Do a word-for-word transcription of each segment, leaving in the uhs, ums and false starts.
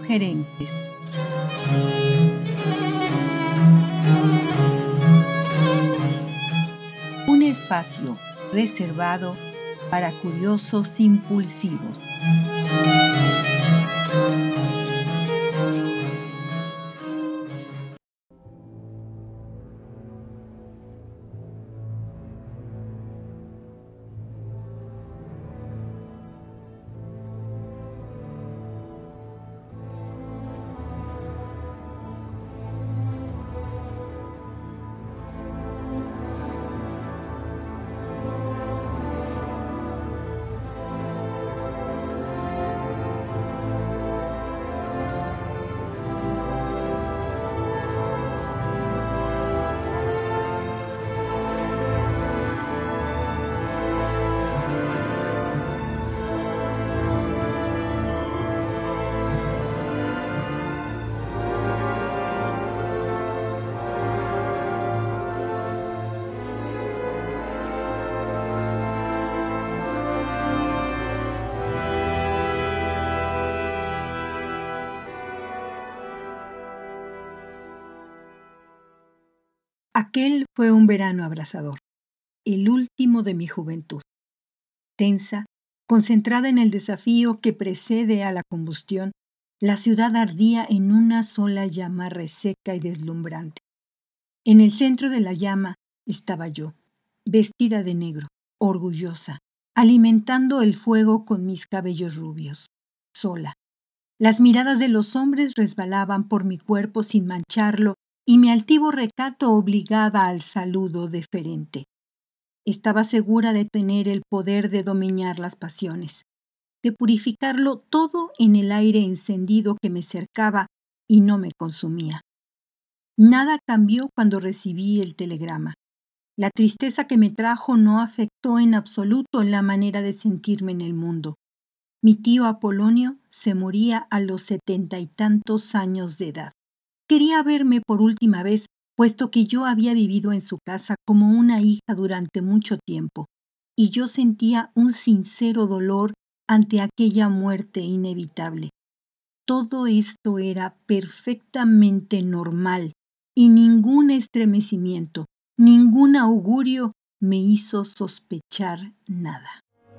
Sugerentes. Un espacio reservado para curiosos impulsivos. Aquel fue un verano abrasador, el último de mi juventud. Tensa, concentrada en el desafío que precede a la combustión, la ciudad ardía en una sola llama reseca y deslumbrante. En el centro de la llama estaba yo, vestida de negro, orgullosa, alimentando el fuego con mis cabellos rubios, sola. Las miradas de los hombres resbalaban por mi cuerpo sin mancharlo, y mi altivo recato obligaba al saludo deferente. Estaba segura de tener el poder de dominar las pasiones, de purificarlo todo en el aire encendido que me cercaba y no me consumía. Nada cambió cuando recibí el telegrama. La tristeza que me trajo no afectó en absoluto la manera de sentirme en el mundo. Mi tío Apolonio se moría a los setenta y tantos años de edad. Quería verme por última vez, puesto que yo había vivido en su casa como una hija durante mucho tiempo, y yo sentía un sincero dolor ante aquella muerte inevitable. Todo esto era perfectamente normal, y ningún estremecimiento, ningún augurio me hizo sospechar nada.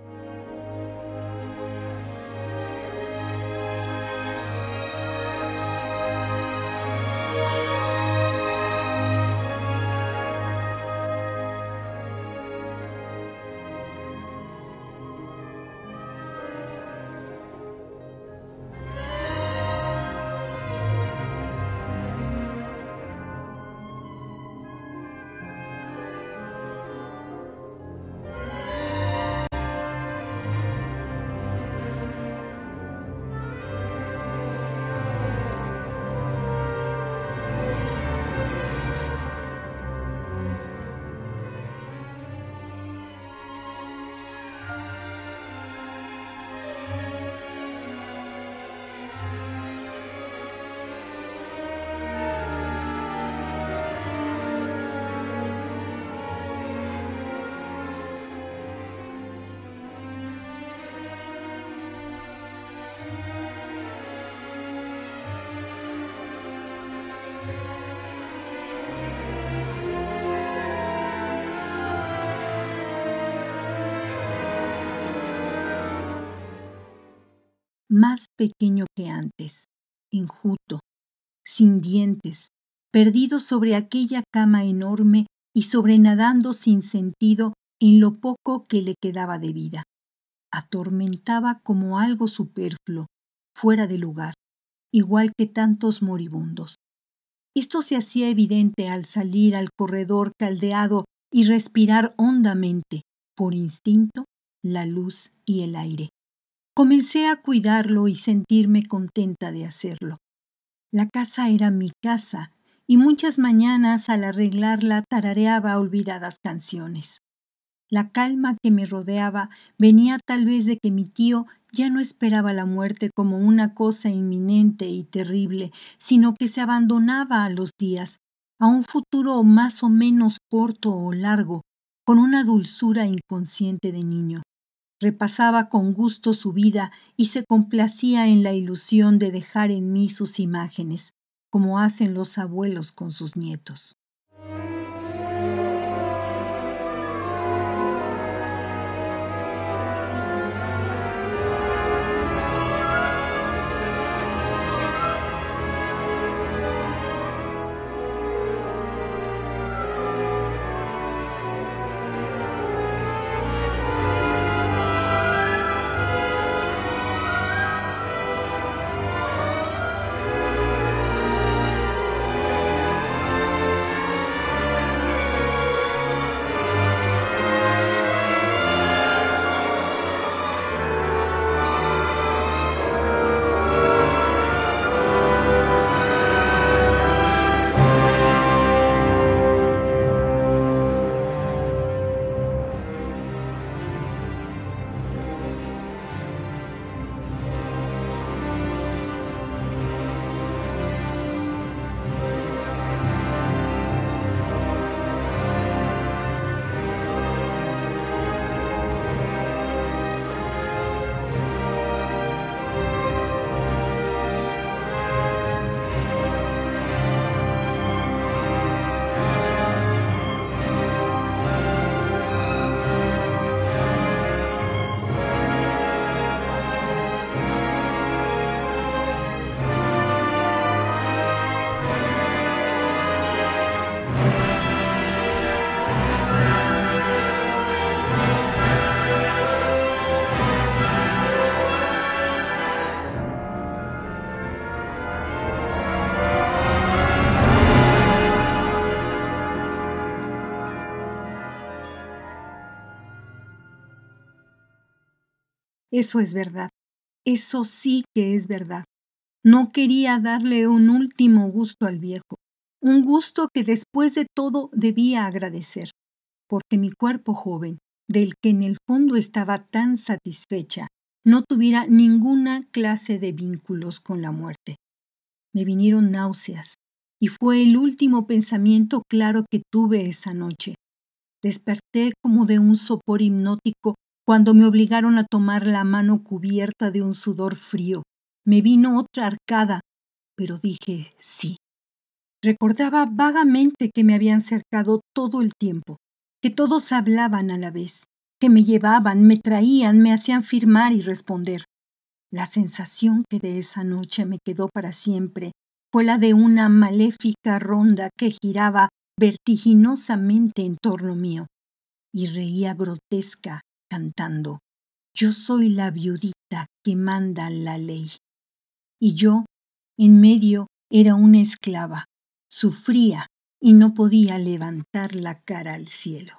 Más pequeño que antes, enjuto, sin dientes, perdido sobre aquella cama enorme y sobrenadando sin sentido en lo poco que le quedaba de vida. Atormentaba como algo superfluo, fuera de lugar, igual que tantos moribundos. Esto se hacía evidente al salir al corredor caldeado y respirar hondamente, por instinto, la luz y el aire. Comencé a cuidarlo y sentirme contenta de hacerlo. La casa era mi casa y muchas mañanas al arreglarla tarareaba olvidadas canciones. La calma que me rodeaba venía tal vez de que mi tío ya no esperaba la muerte como una cosa inminente y terrible, sino que se abandonaba a los días, a un futuro más o menos corto o largo, con una dulzura inconsciente de niño. Repasaba con gusto su vida y se complacía en la ilusión de dejar en mí sus imágenes, como hacen los abuelos con sus nietos. Eso es verdad. Eso sí que es verdad. No quería darle un último gusto al viejo, un gusto que después de todo debía agradecer, porque mi cuerpo joven, del que en el fondo estaba tan satisfecha, no tuviera ninguna clase de vínculos con la muerte. Me vinieron náuseas, y fue el último pensamiento claro que tuve esa noche. Desperté como de un sopor hipnótico cuando me obligaron a tomar la mano cubierta de un sudor frío. Me vino otra arcada, pero dije sí. Recordaba vagamente que me habían cercado todo el tiempo, que todos hablaban a la vez, que me llevaban, me traían, me hacían firmar y responder. La sensación que de esa noche me quedó para siempre fue la de una maléfica ronda que giraba vertiginosamente en torno mío y reía grotesca cantando: «Yo soy la viudita que manda la ley». Y yo, en medio, era una esclava, sufría y no podía levantar la cara al cielo.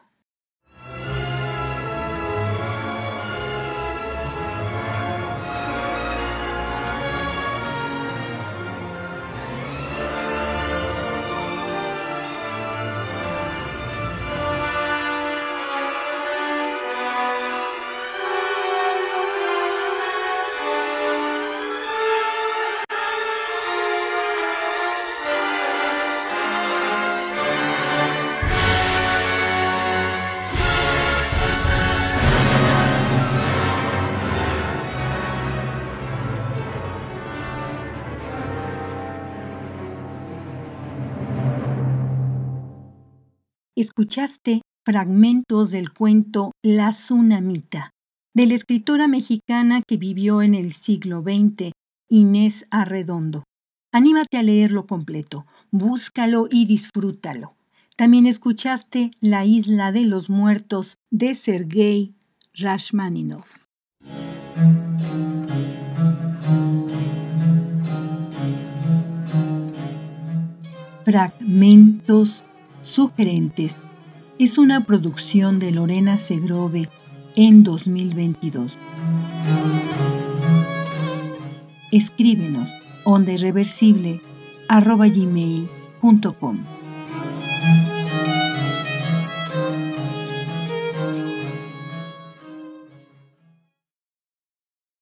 Escuchaste fragmentos del cuento La Tsunamita, de la escritora mexicana que vivió en el siglo veinte, Inés Arredondo. Anímate a leerlo completo, búscalo y disfrútalo. También escuchaste La Isla de los Muertos, de Sergei Rachmaninov. Fragmentos sugerentes es una producción de Lorena Segrove en dos mil veintidós. Escríbenos onda irreversible arroba gmail punto com.